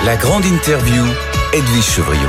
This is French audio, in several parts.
La grande interview, Edwige Chevrillon.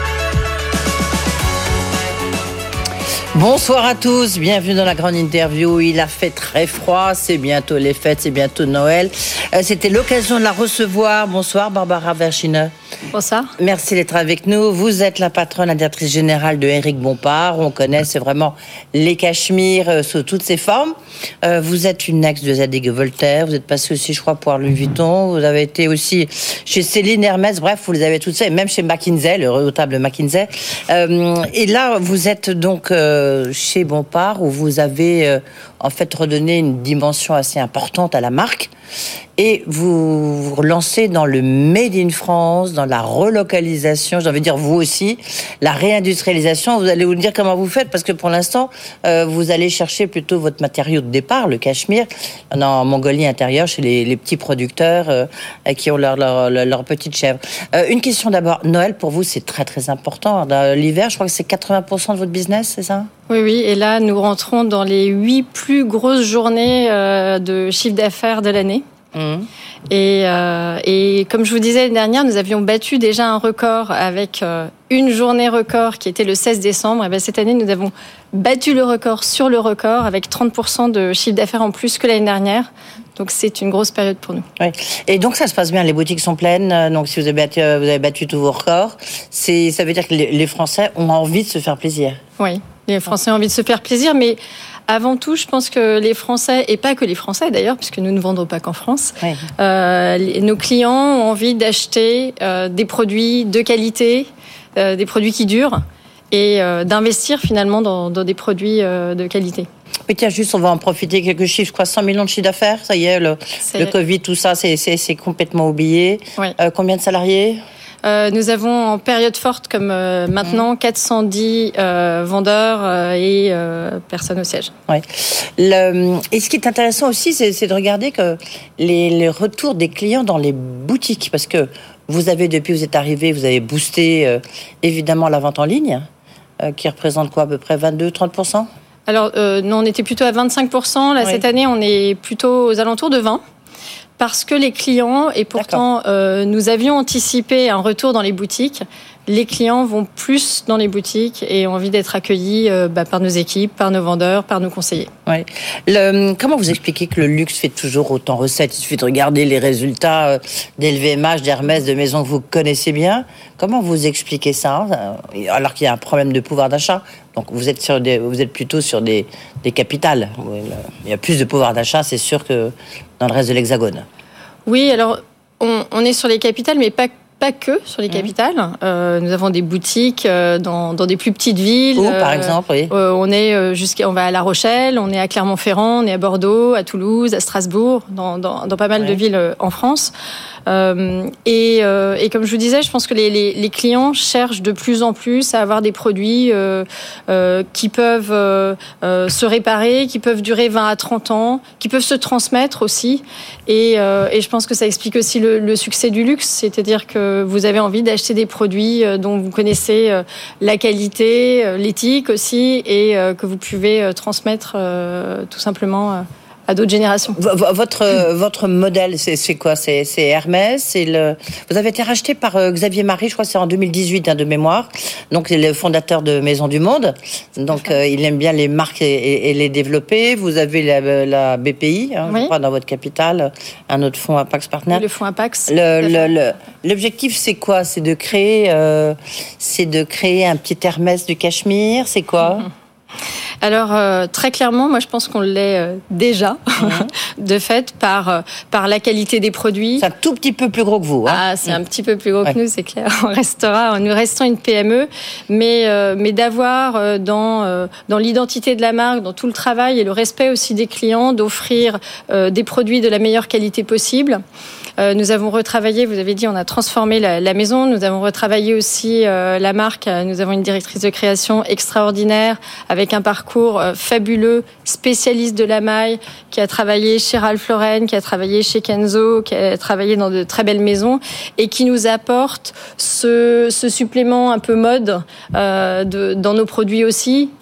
Bonsoir à tous, bienvenue dans la grande interview. Il a fait très froid, c'est bientôt les fêtes, c'est bientôt Noël. C'était l'occasion de la recevoir. Bonsoir Barbara Verschiner. Bonsoir. Merci d'être avec nous. Vous êtes la patronne, la directrice générale de Éric Bompard. On connaît, c'est vraiment les cachemires sous toutes ses formes. Vous êtes une ex de Zadig & Voltaire. Vous êtes passé aussi, je crois, pour Louis Vuitton. Vous avez été aussi chez Céline, Hermès. Bref, vous les avez toutes fait. Même chez McKinsey, le redoutable McKinsey. Et là, vous êtes donc chez Bompard, où vous avez en fait redonné une dimension assez importante à la marque. Et vous vous lancez dans le Made in France, dans la relocalisation, j'ai envie de dire vous aussi, la réindustrialisation. Vous allez vous dire comment vous faites, parce que pour l'instant, vous allez chercher plutôt votre matériau de départ, le cachemire, en Mongolie intérieure, chez les petits producteurs qui ont leur petite chèvre. Une question d'abord, Noël pour vous c'est très très important. Dans l'hiver, je crois que c'est 80% de votre business, c'est ça ? Oui, et là nous rentrons dans les 8 plus grosses journées de chiffre d'affaires de l'année. Et comme je vous disais l'année dernière, nous avions battu déjà un record avec une journée record qui était le 16 décembre. Et bien cette année, nous avons battu le record sur le record avec 30% de chiffre d'affaires en plus que l'année dernière. Donc c'est une grosse période pour nous. Oui. Et donc ça se passe bien, les boutiques sont pleines. Donc si vous avez battu tous vos records, ça veut dire que les Français ont envie de se faire plaisir. Oui, les Français ont envie de se faire plaisir, mais avant tout, je pense que les Français, et pas que les Français d'ailleurs, puisque nous ne vendons pas qu'en France, oui. Nos clients ont envie d'acheter des produits de qualité, des produits qui durent, et d'investir finalement dans des produits de qualité. Oui, tiens, juste, on va en profiter. Quelques chiffres, je crois, 100 millions de chiffre d'affaires. Ça y est, le Covid, tout ça, c'est complètement oublié. Oui. Combien de salariés ? Nous avons en période forte comme maintenant 410 vendeurs et personnes au siège. Ouais. Et ce qui est intéressant aussi, c'est de regarder que les retours des clients dans les boutiques, parce que vous avez, depuis que vous êtes arrivé, vous avez boosté évidemment la vente en ligne, qui représente quoi, à peu près 22-30%? Alors non, on était plutôt à 25%. Là, oui. Cette année, on est plutôt aux alentours de 20%. Parce que les clients, et pourtant nous avions anticipé un retour dans les boutiques, les clients vont plus dans les boutiques et ont envie d'être accueillis par nos équipes, par nos vendeurs, par nos conseillers. Ouais. Comment vous expliquez que le luxe fait toujours autant recette ? Il suffit de regarder les résultats d'LVMH, d'Hermès, de maisons que vous connaissez bien. Comment vous expliquez ça, alors qu'il y a un problème de pouvoir d'achat ? Donc vous êtes plutôt sur des capitales. Il y a plus de pouvoir d'achat, c'est sûr, que dans le reste de l'Hexagone. Oui, alors on est sur les capitales, mais pas que sur les capitales. Nous avons des boutiques dans des plus petites villes. Où, par exemple, oui. On va à La Rochelle, on est à Clermont-Ferrand, on est à Bordeaux, à Toulouse, à Strasbourg, dans pas mal de villes en France. Et comme je vous disais, je pense que les clients cherchent de plus en plus à avoir des produits qui peuvent se réparer, qui peuvent durer 20 à 30 ans, qui peuvent se transmettre aussi. Et je pense que ça explique aussi le succès du luxe, c'est-à-dire que vous avez envie d'acheter des produits dont vous connaissez la qualité, l'éthique aussi, et que vous pouvez transmettre tout simplement à d'autres générations. Votre modèle, c'est quoi ? C'est Hermès. Vous avez été racheté par Xavier Marie, je crois que c'est en 2018 de mémoire. Donc c'est le fondateur de Maison du Monde. Donc il aime bien les marques et les développer. Vous avez la BPI, oui. Je crois, dans votre capital, un autre fonds Apax Partners. Le fonds Apax. L'objectif, c'est quoi ? C'est de créer un petit Hermès du Cachemire. C'est quoi ? Alors très clairement, moi je pense qu'on l'est déjà, de fait, par la qualité des produits. C'est un tout petit peu plus gros que vous. C'est un petit peu plus gros que nous, c'est clair. Nous restons une PME, mais d'avoir dans l'identité de la marque, dans tout le travail et le respect aussi des clients, d'offrir des produits de la meilleure qualité possible. Nous avons retravaillé, vous avez dit, on a transformé la maison. Nous avons retravaillé aussi la marque. Nous avons une directrice de création extraordinaire avec un parcours fabuleux, spécialiste de la maille, qui a travaillé chez Ralph Lauren, qui a travaillé chez Kenzo, qui a travaillé dans de très belles maisons et qui nous apporte ce supplément un peu mode dans nos produits aussi,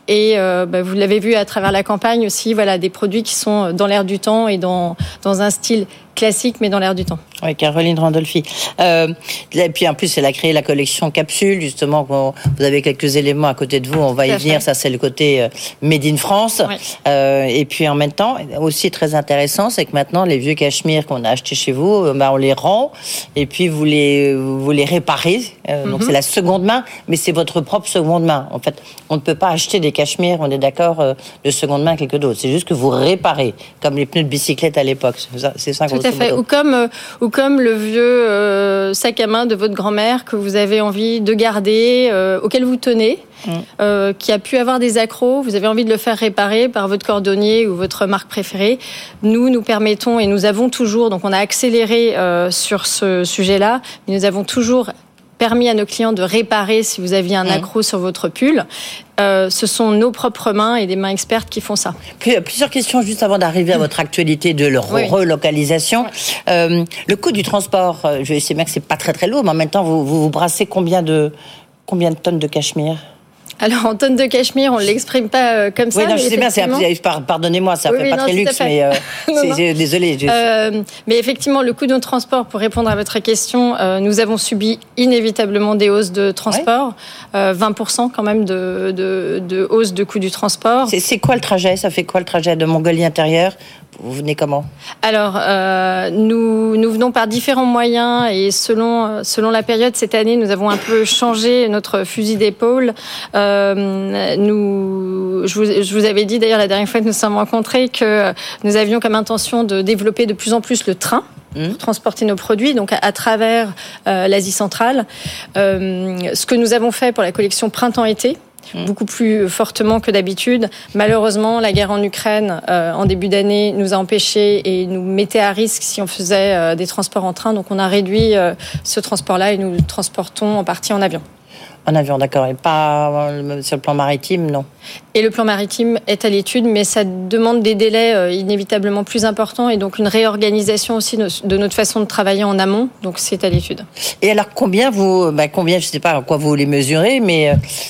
Et vous l'avez vu à travers la campagne aussi, voilà, des produits qui sont dans l'air du temps et dans un style classique, mais dans l'air du temps. Oui, Caroline Randolphi. Et puis en plus, elle a créé la collection Capsule, justement. Vous avez quelques éléments à côté de vous, on va y venir. Ça, c'est le côté Made in France. Oui. Et puis en même temps, aussi très intéressant, c'est que maintenant, les vieux cachemires qu'on a achetés chez vous, on les rend et puis vous les réparez. Donc c'est la seconde main, mais c'est votre propre seconde main. En fait, on ne peut pas acheter des cachemires, on est d'accord, de seconde main quelque d'autre. C'est juste que vous réparez, comme les pneus de bicyclette à l'époque. C'est ça. Tout à fait. Ou comme le vieux sac à main de votre grand-mère que vous avez envie de garder, auquel vous tenez, qui a pu avoir des accros, vous avez envie de le faire réparer par votre cordonnier ou votre marque préférée. Nous permettons, et nous avons toujours, donc on a accéléré sur ce sujet-là, mais nous avons toujours permis à nos clients de réparer si vous aviez un accro sur votre pull. Ce sont nos propres mains et des mains expertes qui font ça. Plusieurs questions juste avant d'arriver à votre actualité de relocalisation. Le coût du transport, je sais bien que c'est pas très très lourd, mais en même temps, vous brassez combien de tonnes de cachemire ? Alors, en tonnes de cachemire, on ne l'exprime pas comme ça. Oui, non, je sais bien, pardonnez-moi, ça fait pas très luxe, mais désolé. Mais effectivement, le coût de transport, pour répondre à votre question, nous avons subi inévitablement des hausses de transport, 20% quand même de hausse de coût du transport. C'est quoi le trajet ? Ça fait quoi le trajet de Mongolie intérieure ? Vous venez comment ? Alors, nous venons par différents moyens et selon la période, cette année, nous avons un peu changé notre fusil d'épaule. Je vous avais dit d'ailleurs la dernière fois que nous nous sommes rencontrés que nous avions comme intention de développer de plus en plus le train pour transporter nos produits, donc à travers l'Asie centrale. Ce que nous avons fait pour la collection printemps-été, beaucoup plus fortement que d'habitude. Malheureusement, la guerre en Ukraine, en début d'année, nous a empêchés et nous mettait à risque si on faisait des transports en train. Donc, on a réduit ce transport-là et nous le transportons en partie en avion. En avion, d'accord. Et pas sur le plan maritime, non. Et le plan maritime est à l'étude, mais ça demande des délais inévitablement plus importants et donc une réorganisation aussi de notre façon de travailler en amont. Donc, c'est à l'étude. Et alors, combien, je sais pas à quoi vous les mesurez, mais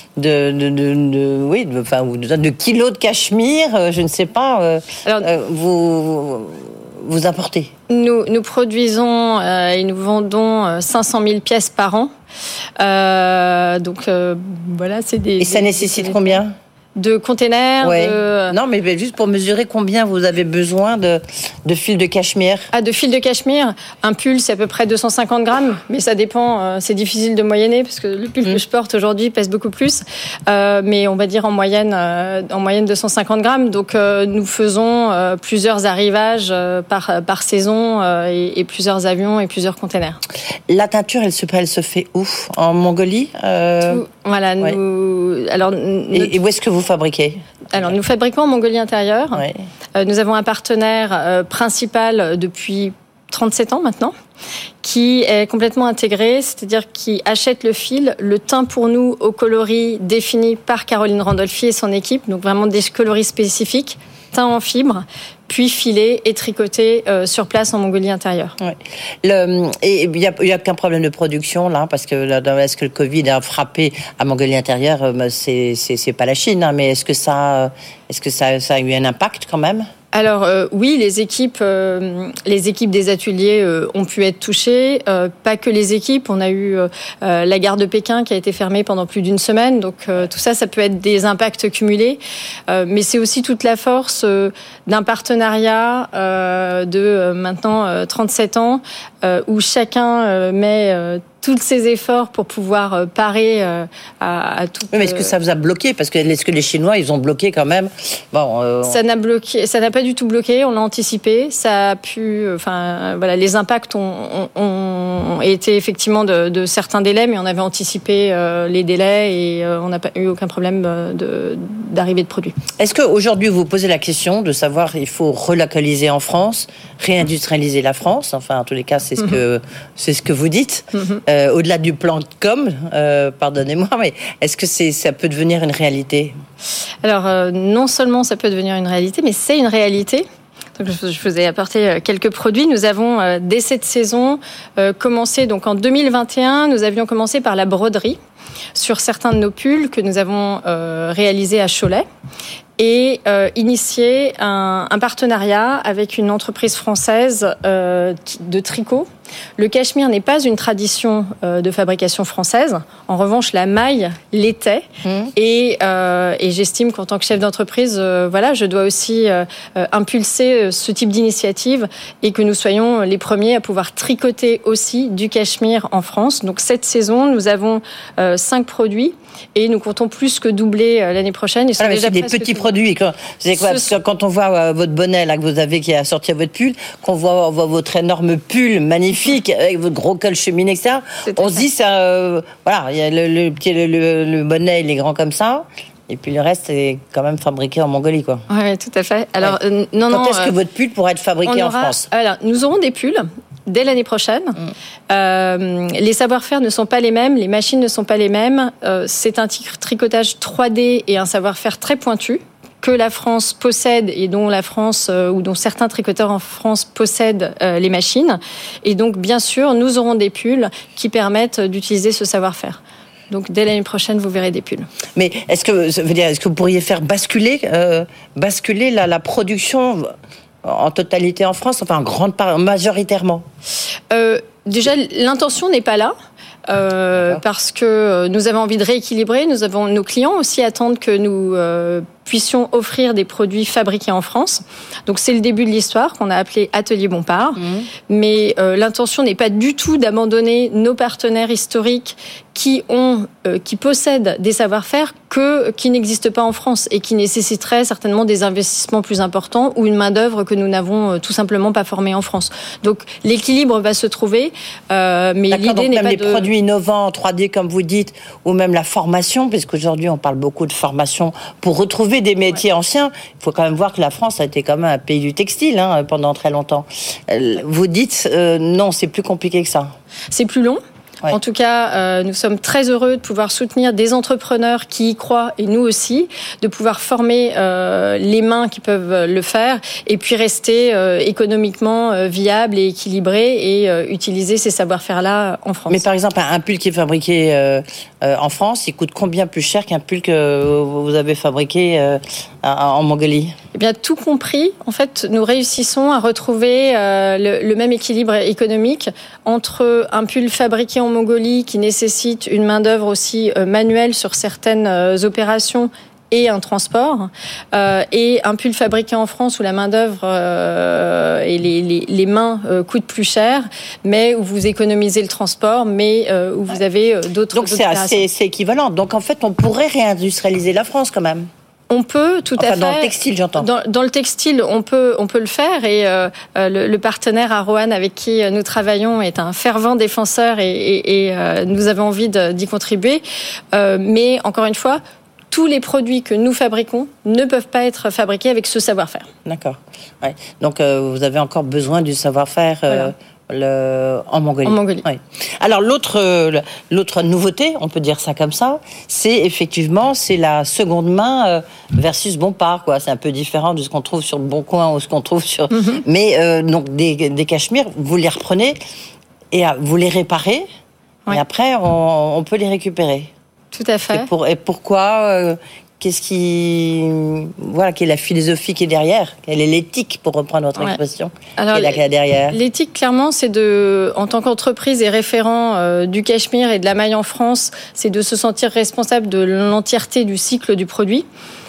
de kilos de cachemire, je ne sais pas. Vous importez ? Nous produisons et nous vendons 500 000 pièces par an. Voilà, c'est des... Et ça nécessite combien ? De containers, Non, mais juste pour mesurer combien vous avez besoin de fils de cachemire. De fils de cachemire. Un pull, c'est à peu près 250 grammes, mais ça dépend. C'est difficile de moyenner parce que le pull que je porte aujourd'hui pèse beaucoup plus. Mais on va dire en moyenne 250 grammes. Donc nous faisons plusieurs arrivages par saison et plusieurs avions et plusieurs containers. La teinture, elle se fait où ? En Mongolie ? Voilà. Ouais. Et où est-ce que vous fabriquez ? Alors, nous fabriquons en Mongolie intérieure. Ouais. Nous avons un partenaire principal depuis 37 ans maintenant, qui est complètement intégré, c'est-à-dire qui achète le fil, le teint pour nous au coloris défini par Caroline Randolphi et son équipe, donc vraiment des coloris spécifiques, teint en fibre, puis filé et tricoté sur place en Mongolie intérieure. Ouais. Et il y a qu'un problème de production là, parce que est-ce que le Covid a frappé à Mongolie intérieure ? C'est pas la Chine, hein, mais est-ce que ça a eu un impact quand même ? Alors oui, les équipes des ateliers ont pu être touchées. Pas que les équipes. On a eu la gare de Pékin qui a été fermée pendant plus d'une semaine. Donc tout ça peut être des impacts cumulés. Mais c'est aussi toute la force d'un partenariat de maintenant 37 ans où chacun met tous ses efforts pour pouvoir parer à tout. Oui, mais est-ce que ça vous a bloqué ? Parce que est-ce que les Chinois, ils ont bloqué quand même ? Ça n'a pas du tout bloqué. On l'a anticipé. Ça a pu. Les impacts ont été effectivement de certains délais, mais on avait anticipé les délais et on n'a pas eu aucun problème d'arrivée de produits. Est-ce qu'aujourd'hui vous posez la question de savoir il faut relocaliser en France, réindustrialiser la France ? Enfin, en tous les cas, c'est ce que vous dites. Au-delà du plan de com, pardonnez-moi, mais est-ce que ça peut devenir une réalité ? Alors, non seulement ça peut devenir une réalité, mais c'est une réalité. Donc, je vous ai apporté quelques produits. Nous avons, dès cette saison, commencé, donc en 2021, nous avions commencé par la broderie sur certains de nos pulls que nous avons réalisés à Cholet et initié un partenariat avec une entreprise française de tricot. Le cachemire n'est pas une tradition de fabrication française. En revanche, la maille l'était. Et j'estime qu'en tant que chef d'entreprise, je dois aussi impulser ce type d'initiative et que nous soyons les premiers à pouvoir tricoter aussi du cachemire en France. Donc cette saison, nous avons 5 produits et nous comptons plus que doubler l'année prochaine. Ils sont déjà des petits produits. Quand on voit votre bonnet là que vous avez qui est assorti à votre pull, qu'on voit votre énorme pull magnifique avec votre gros col cheminée, etc. On se dit ça. Il y a le bonnet, il est grand comme ça. Et puis le reste est quand même fabriqué en Mongolie, quoi. Oui, tout à fait. Alors, quand est-ce que votre pull pourra être fabriqué en France ? Alors, nous aurons des pulls dès l'année prochaine. Les savoir-faire ne sont pas les mêmes, les machines ne sont pas les mêmes. C'est un tricotage 3D et un savoir-faire très pointu que la France possède et dont la France ou dont certains tricoteurs en France possèdent les machines. Et donc, bien sûr, nous aurons des pulls qui permettent d'utiliser ce savoir-faire. Donc, dès l'année prochaine, vous verrez des pulls. Mais est-ce que vous pourriez faire basculer la production en totalité en France, enfin en grande part, majoritairement ? Déjà, l'intention n'est pas là. Parce que nous avons envie de rééquilibrer. Nos clients aussi attendent que nous puissions offrir des produits fabriqués en France. Donc c'est le début de l'histoire qu'on a appelé Atelier Bompard. Mais l'intention n'est pas du tout d'abandonner nos partenaires historiques qui possèdent des savoir-faire qui n'existent pas en France et qui nécessiteraient certainement des investissements plus importants ou une main-d'œuvre que nous n'avons tout simplement pas formée en France. Donc l'équilibre va se trouver, mais l'idée n'est pas les produits innovants en 3D comme vous dites, ou même la formation, puisqu'aujourd'hui on parle beaucoup de formation pour retrouver des métiers anciens. Il faut quand même voir que la France a été quand même un pays du textile pendant très longtemps. Vous dites non, c'est plus compliqué que ça. C'est plus long. Ouais. En tout cas, nous sommes très heureux de pouvoir soutenir des entrepreneurs qui y croient, et nous aussi, de pouvoir former les mains qui peuvent le faire, et puis rester économiquement viable et équilibré, et utiliser ces savoir-faire-là en France. Mais par exemple, un pull qui est fabriqué en France, il coûte combien plus cher qu'un pull que vous avez fabriqué en Mongolie ? Eh bien, tout compris, en fait, nous réussissons à retrouver le même équilibre économique entre un pull fabriqué en Mongolie qui nécessite une main-d'œuvre aussi manuelle sur certaines opérations et un transport, et un pull fabriqué en France où la main-d'œuvre et les mains coûtent plus cher, mais où vous économisez le transport, mais où vous avez d'autres opérations. Donc c'est équivalent. Donc en fait, on pourrait réindustrialiser la France quand même. On peut, tout à fait. Dans le textile, j'entends. Dans le textile, on peut le faire, et le partenaire Aroan avec qui nous travaillons est un fervent défenseur, et nous avons envie d'y contribuer. Mais encore une fois, tous les produits que nous fabriquons ne peuvent pas être fabriqués avec ce savoir-faire. D'accord. Ouais. Donc vous avez encore besoin du savoir-faire. Voilà. En Mongolie. En Mongolie. Oui. Alors l'autre nouveauté, on peut dire ça comme ça, c'est la seconde main versus Bompard, quoi. C'est un peu différent de ce qu'on trouve sur le Bon Coin ou ce qu'on trouve sur. Mais donc des cachemires, vous les reprenez et vous les réparez, et après on peut les récupérer. Tout à fait. Et pourquoi quelle est la philosophie qui est derrière ? Quelle est l'éthique, pour reprendre votre expression, qui est derrière ? L'éthique, clairement, c'est en tant qu'entreprise et référent du cachemire et de la maille en France, c'est de se sentir responsable de l'entièreté du cycle du produit.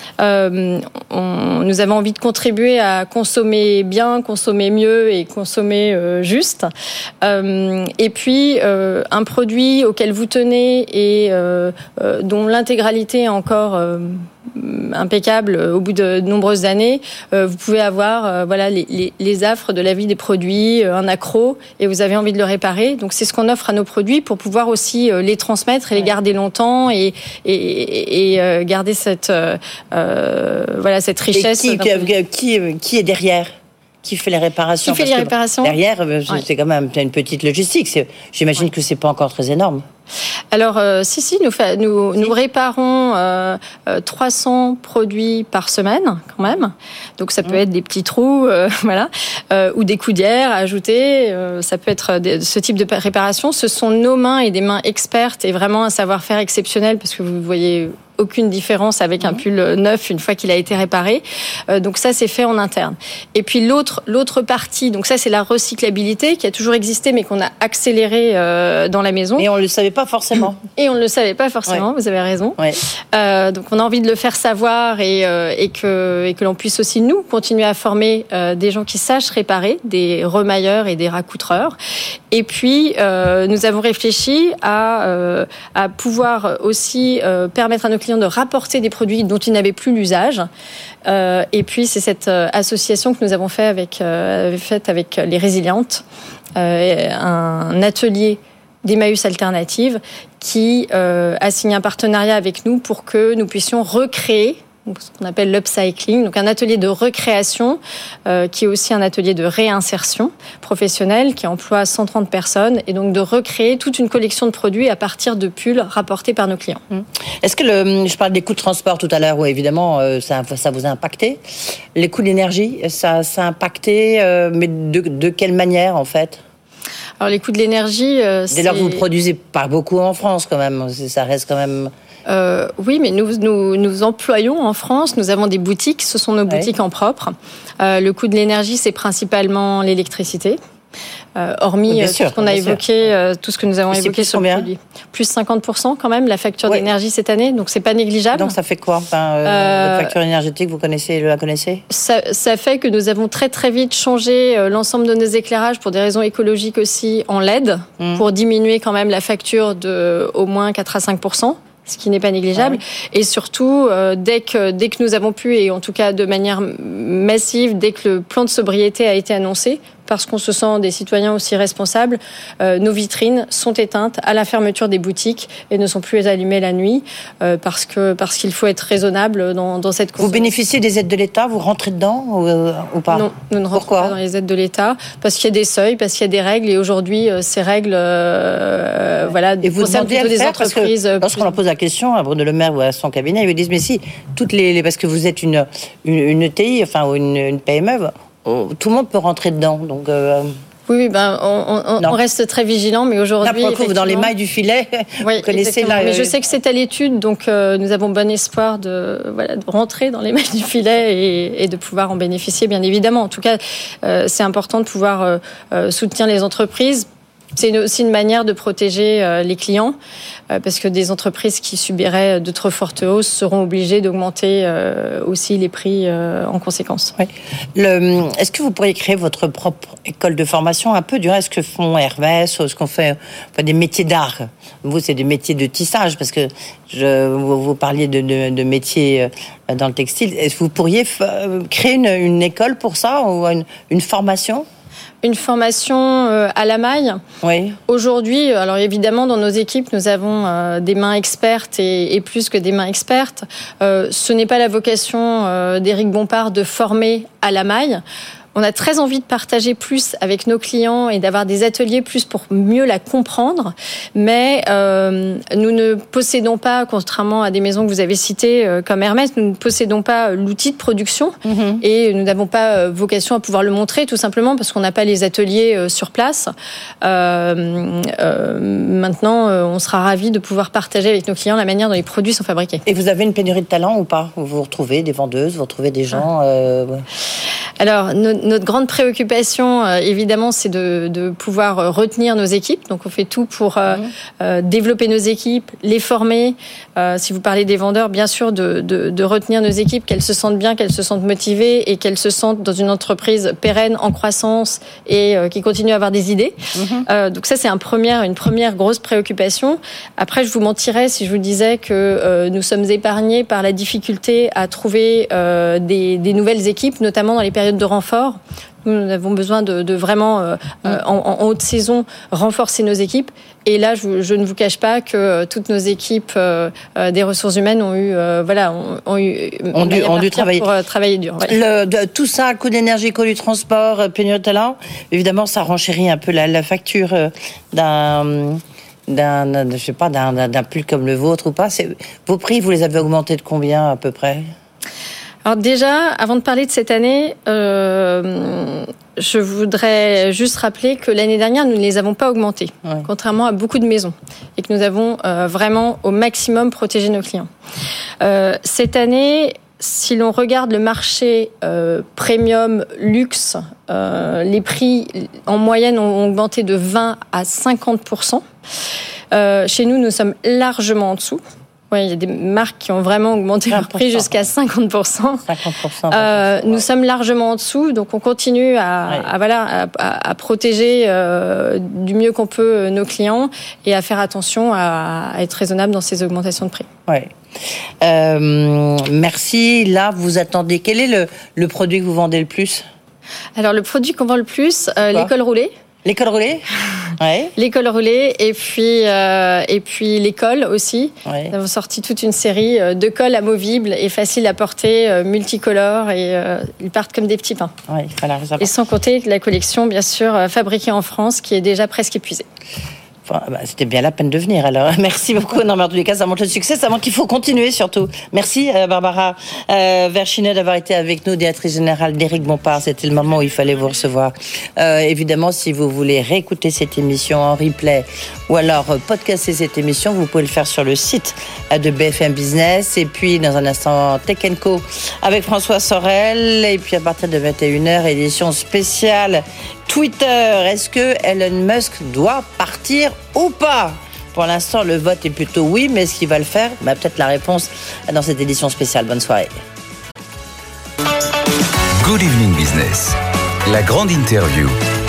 Nous avons envie de contribuer à consommer bien, consommer mieux et consommer juste. Et puis, un produit auquel vous tenez et dont l'intégralité est encore impeccable au bout de nombreuses années, vous pouvez avoir les affres de la vie des produits, un accroc, et vous avez envie de le réparer. Donc c'est ce qu'on offre à nos produits pour pouvoir aussi les transmettre et les garder longtemps et garder cette richesse. Et qui est derrière ? Qui fait les réparations ? Qui fait les réparations ? Derrière, c'est quand même une petite logistique. J'imagine que c'est pas encore très énorme. Alors, nous réparons 300 produits par semaine, quand même. Donc, ça peut être des petits trous, voilà, ou des coudières à ajouter. Ça peut être ce type de réparation. Ce sont nos mains et des mains expertes et vraiment un savoir-faire exceptionnel parce que vous voyez aucune différence avec un pull neuf une fois qu'il a été réparé. Donc ça, c'est fait en interne. Et puis l'autre partie, donc ça, c'est la recyclabilité qui a toujours existé, mais qu'on a accéléré dans la maison. Et on ne le savait pas forcément. Et on ne le savait pas forcément, vous avez raison. Ouais. Donc on a envie de le faire savoir et que l'on puisse aussi, nous, continuer à former des gens qui sachent réparer, des remailleurs et des racoutreurs. Et puis, nous avons réfléchi à pouvoir aussi permettre à nos clients de rapporter des produits dont ils n'avaient plus l'usage. Et puis, c'est cette association que nous avons faite avec les Résilientes, un atelier d'Emmaüs Alternative qui a signé un partenariat avec nous pour que nous puissions recréer ce qu'on appelle l'upcycling, donc un atelier de recréation qui est aussi un atelier de réinsertion professionnelle qui emploie 130 personnes et donc de recréer toute une collection de produits à partir de pulls rapportés par nos clients. Est-ce que je parle des coûts de transport tout à l'heure, où évidemment ça vous a impacté. Les coûts d'énergie, ça a impacté, mais de quelle manière en fait ? Alors les coûts de l'énergie, dès lors que vous produisez pas beaucoup en France quand même, ça reste quand même. Oui, mais nous employons en France, nous avons des boutiques, ce sont nos boutiques en propre. Le coût de l'énergie, c'est principalement l'électricité. Hormis tout ce qu'on a évoqué, tout ce que nous avons évoqué sur le produit. Plus 50% quand même, la facture d'énergie cette année, donc c'est pas négligeable. Donc ça fait quoi votre facture énergétique, vous la connaissez ? Ça fait que nous avons très très vite changé l'ensemble de nos éclairages pour des raisons écologiques aussi en LED, pour diminuer quand même la facture de au moins 4 à 5%. Ce qui n'est pas négligeable. Et surtout, dès que nous avons pu, et en tout cas de manière massive, dès que le plan de sobriété a été annoncé, parce qu'on se sent des citoyens aussi responsables, nos vitrines sont éteintes à la fermeture des boutiques et ne sont plus allumées la nuit parce qu'il faut être raisonnable dans cette consommation. Vous bénéficiez des aides de l'État, vous rentrez dedans ou pas ? Non, nous ne rentrons pas dans les aides de l'État parce qu'il y a des seuils, parce qu'il y a des règles et aujourd'hui ces règles et vous concernent plutôt des entreprises. Lorsqu'on leur pose la question à Bruno Le Maire ou à son cabinet, ils lui disent mais si parce que vous êtes une ETI, enfin une PME. Tout le monde peut rentrer dedans, donc. Oui, on reste très vigilant, mais aujourd'hui, dans les mailles du filet, vous connaissez là. Mais je sais que c'est à l'étude, donc nous avons bon espoir de rentrer dans les mailles du filet et de pouvoir en bénéficier, bien évidemment. En tout cas, c'est important de pouvoir soutenir les entreprises. C'est aussi une manière de protéger les clients, parce que des entreprises qui subiraient de trop fortes hausses seront obligées d'augmenter aussi les prix en conséquence. Oui. Est-ce que vous pourriez créer votre propre école de formation un peu du reste que font Hermès, ou ce qu'on fait des métiers d'art? Vous, c'est des métiers de tissage, parce que vous parliez de métiers dans le textile. Est-ce que vous pourriez créer une école pour ça, ou une formation? Une formation à la maille. Oui. Aujourd'hui, alors évidemment, dans nos équipes, nous avons des mains expertes et plus que des mains expertes. Ce n'est pas la vocation d'Éric Bompard de former à la maille. On a très envie de partager plus avec nos clients et d'avoir des ateliers plus pour mieux la comprendre. Mais nous ne possédons pas, contrairement à des maisons que vous avez citées comme Hermès, nous ne possédons pas l'outil de production et nous n'avons pas vocation à pouvoir le montrer, tout simplement parce qu'on n'a pas les ateliers sur place. Maintenant, on sera ravis de pouvoir partager avec nos clients la manière dont les produits sont fabriqués. Et vous avez une pénurie de talent ou pas? Vous retrouvez des vendeuses, vous retrouvez des gens Alors, notre grande préoccupation, évidemment, c'est de pouvoir retenir nos équipes. Donc, on fait tout pour développer nos équipes, les former. Si vous parlez des vendeurs, bien sûr, de retenir nos équipes, qu'elles se sentent bien, qu'elles se sentent motivées et qu'elles se sentent dans une entreprise pérenne, en croissance et qui continue à avoir des idées. Donc, ça, c'est une première grosse préoccupation. Après, je vous mentirais si je vous disais que nous sommes épargnés par la difficulté à trouver des nouvelles équipes, notamment dans les périodes de renfort. Nous avons besoin de vraiment, en haute saison, renforcer nos équipes. Et là, je ne vous cache pas que toutes nos équipes des ressources humaines ont dû travailler dur. Ouais. Tout ça, coût d'énergie, coût du transport, pénurie de talent, évidemment, ça renchérit un peu la facture je sais pas, d'un pull comme le vôtre ou pas, vos prix, vous les avez augmentés de combien à peu près ? Alors déjà, avant de parler de cette année, je voudrais juste rappeler que l'année dernière, nous ne les avons pas augmentés, contrairement à beaucoup de maisons, et que nous avons vraiment au maximum protégé nos clients. Cette année, si l'on regarde le marché premium, luxe, les prix en moyenne ont augmenté de 20 à 50%. Chez nous, nous sommes largement en dessous. Oui, il y a des marques qui ont vraiment augmenté leur prix jusqu'à 50%. 50%. Nous sommes largement en dessous, donc on continue à protéger du mieux qu'on peut nos clients et à faire attention à être raisonnable dans ces augmentations de prix. Oui. Merci. Là, vous attendez. Quel est le produit que vous vendez le plus ? Alors, le produit qu'on vend le plus, les cols roulés. Les cols roulés ? Ouais. Les cols roulés et puis les cols aussi. Ouais. Nous avons sorti toute une série de cols amovibles et faciles à porter, multicolores et ils partent comme des petits pains. Ouais, et sans compter la collection, bien sûr, fabriquée en France, qui est déjà presque épuisée. Enfin, c'était bien la peine de venir, alors. Merci beaucoup. Non, mais en tous les cas, ça montre le succès, ça montre qu'il faut continuer, surtout. Merci, Barbara Verschiene, d'avoir été avec nous, directrice générale d'Éric Bompard. C'était le moment où il fallait vous recevoir. Évidemment, si vous voulez réécouter cette émission en replay ou alors podcaster cette émission, vous pouvez le faire sur le site de BFM Business. Et puis, dans un instant, Tech & Co avec François Sorel. Et puis, à partir de 21h, édition spéciale Twitter. Est-ce que Elon Musk doit partir ou pas ? Pour l'instant, le vote est plutôt oui, mais est-ce qu'il va le faire ? Peut-être la réponse dans cette édition spéciale. Bonne soirée. Good Evening Business, la grande interview.